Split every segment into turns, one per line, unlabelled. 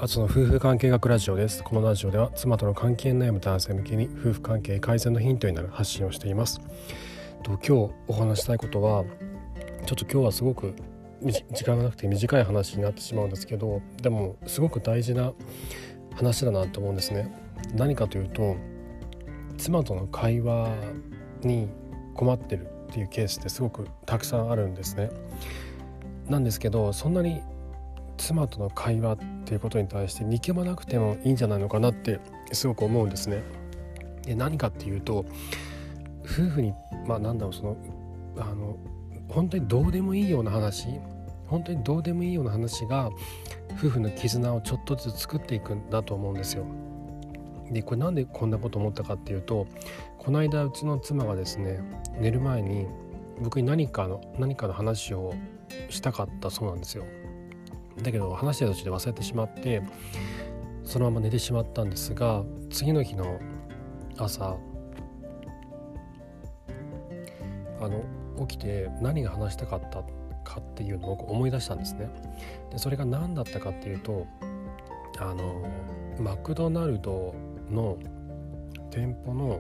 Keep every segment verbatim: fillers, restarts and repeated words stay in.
あつの夫婦関係学ラジオです。このラジオでは妻との関係に悩む男性向けに夫婦関係改善のヒントになる発信をしています。と今日お話したいことは、ちょっと今日はすごく時間がなくて短い話になってしまうんですけど、でもすごく大事な話だなと思うんですね。何かというと、妻との会話に困ってるっていうケースってすごくたくさんあるんですね。なんですけど、そんなに妻との会話っていうことに対して憎まなくてもいいんじゃないのかなってすごく思うんですね。で、何かっていうと、夫婦にまあなんだろうそのあの本当にどうでもいいような話本当にどうでもいいような話が夫婦の絆をちょっとずつ作っていくんだと思うんですよ。で、これなんでこんなこと思ったかっていうと、この間うちの妻がですね、寝る前に僕に何かの何かの話をしたかったそうなんですよ。だけど話してる途中で忘れてしまってそのまま寝てしまったんですが、次の日の朝あの起きて何が話したかったかっていうのを思い出したんですね。でそれが何だったかっていうと、あのマクドナルドの店舗の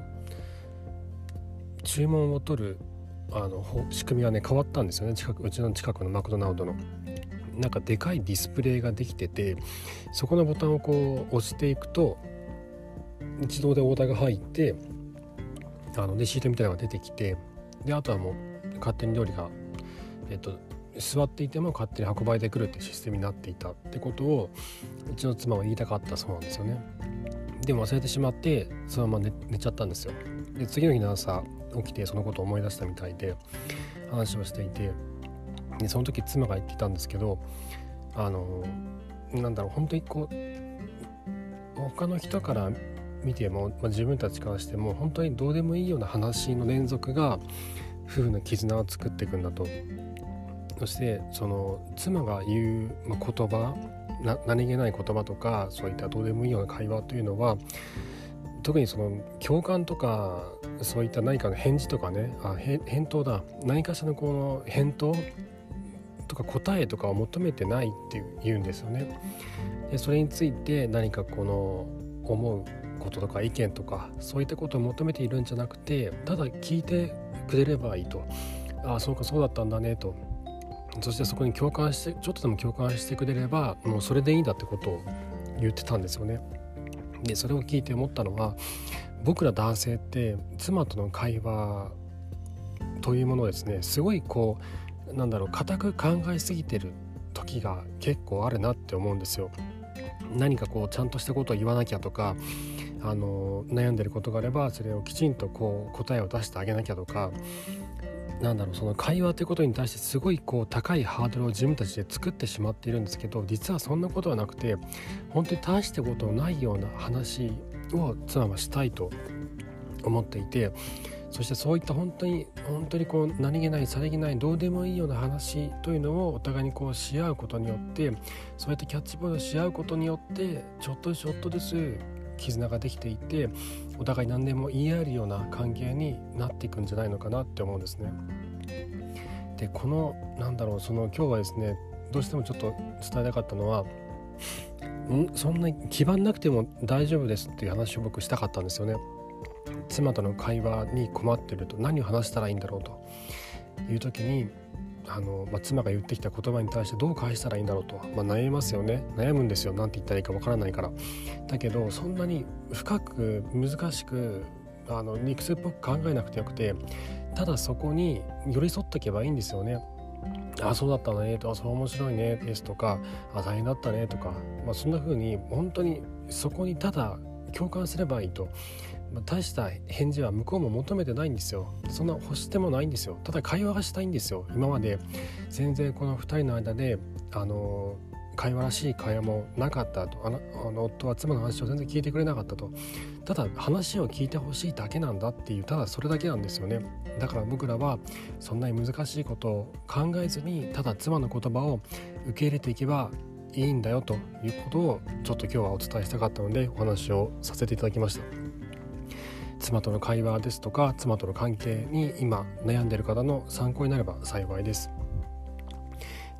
注文を取るあの仕組みがね変わったんですよね。近くうちの近くのマクドナルドのなんかでかいディスプレイができてて、そこのボタンをこう押していくと自動でオーダーが入ってあのレシートみたいなのが出てきて、であとはもう勝手に料理が、えっと、座っていても勝手に運ばれてくるっていうシステムになっていたってことをうちの妻は言いたかったそうなんですよね。でも忘れてしまってそのまま 寝, 寝ちゃったんですよ。で次の日の朝起きてそのことを思い出したみたいで話をしていて、でその時妻が言ってたんですけど、あのなんだろう本当にこう他の人から見ても、まあ、自分たちからしても本当にどうでもいいような話の連続が夫婦の絆を作っていくんだと。そしてその妻が言う、まあ、言葉な何気ない言葉とかそういったどうでもいいような会話というのは、特にその共感とかそういった何かの返事とかね、あ返答だ何かしらのこの返答とか答えとかを求めてないって言うんですよね。でそれについて何かこの思うこととか意見とかそういったことを求めているんじゃなくて、ただ聞いてくれればいいと。ああそうかそうだったんだねと。そしてそこに共感してちょっとでも共感してくれればもうそれでいいんだってことを言ってたんですよね。でそれを聞いて思ったのは、僕ら男性って妻との会話というものをですね、すごいこうなんだろう固く考えすぎてる時が結構あるなって思うんですよ。何かこうちゃんとしたことを言わなきゃとか、あの悩んでることがあればそれをきちんとこう答えを出してあげなきゃとか、なんだろうその会話ということに対してすごいこう高いハードルを自分たちで作ってしまっているんですけど、実はそんなことはなくて、本当に大したことのないような話を妻はしたいと思っていて、そしてそういった本当に本当にこう何気ないさりげないどうでもいいような話というのをお互いにこうし合うことによって、そうやってキャッチボールをし合うことによってちょっとちょっとずつ絆ができていて、お互い何でも言い合えるような関係になっていくんじゃないのかなって思うんですね。でこのなんだろうその今日はですね、どうしてもちょっと伝えたかったのは、んそんなに基盤なくても大丈夫ですっていう話を僕したかったんですよね。妻との会話に困ってると何を話したらいいんだろうという時に、あの、まあ、妻が言ってきた言葉に対してどう返したらいいんだろうと、まあ、悩みますよね。悩むんですよ。なんて言ったらいいかわからないから。だけどそんなに深く難しくあの理屈っぽく考えなくてよくて、ただそこに寄り添っておけばいいんですよね。あそうだったねと、あそう面白いねですとか、あ大変だったねとか、まあ、そんな風に本当にそこにただ共感すればいいと。まあ、大した返事は向こうも求めてないんですよ。そんな欲してもないんですよ。ただ会話がしたいんですよ。今まで全然このふたりの間であの会話らしい会話もなかったと。あのあの夫は妻の話を全然聞いてくれなかったと。ただ話を聞いてほしいだけなんだっていう、ただそれだけなんですよね。だから僕らはそんなに難しいことを考えずに、ただ妻の言葉を受け入れていけばいいんだよということをちょっと今日はお伝えしたかったのでお話をさせていただきました。妻との会話ですとか妻との関係に今悩んでいる方の参考になれば幸いです。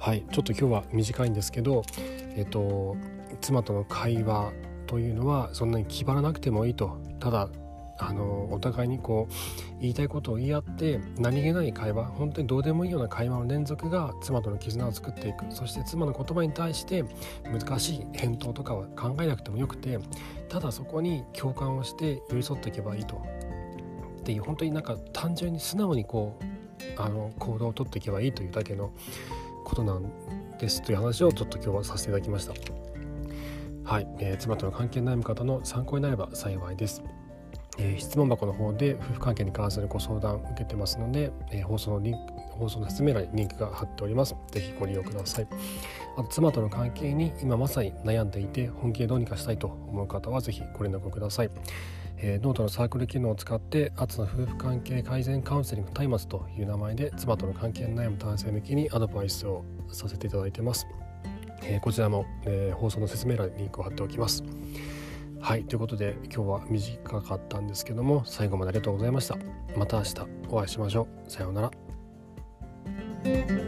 はい、ちょっと今日は短いんですけど、えっと妻との会話というのはそんなに気張らなくてもいいと、ただあのお互いにこう言いたいことを言い合って何気ない会話、本当にどうでもいいような会話の連続が妻との絆を作っていく。そして妻の言葉に対して難しい返答とかは考えなくてもよくて、ただそこに共感をして寄り添っていけばいいとっていう、本当になんか単純に素直にこうあの行動をとっていけばいいというだけのことなんですという話をちょっと今日はさせていただきました。はい、えー、妻との関係に悩む方の参考になれば幸いです。えー、質問箱の方で夫婦関係に関するご相談を受けてますので、えー、放送のリンク放送の説明欄にリンクが貼っております。ぜひご利用ください。あと妻との関係に今まさに悩んでいて本気でどうにかしたいと思う方はぜひご連絡ください。えー、ノートのサークル機能を使ってアツの夫婦関係改善カウンセリングタイマスという名前で妻との関係に悩む男性向けにアドバイスをさせていただいています。えー、こちらも、えー、放送の説明欄にリンクを貼っておきます。はい、ということで今日は短かったんですけども最後までありがとうございました。また明日お会いしましょう。さようなら。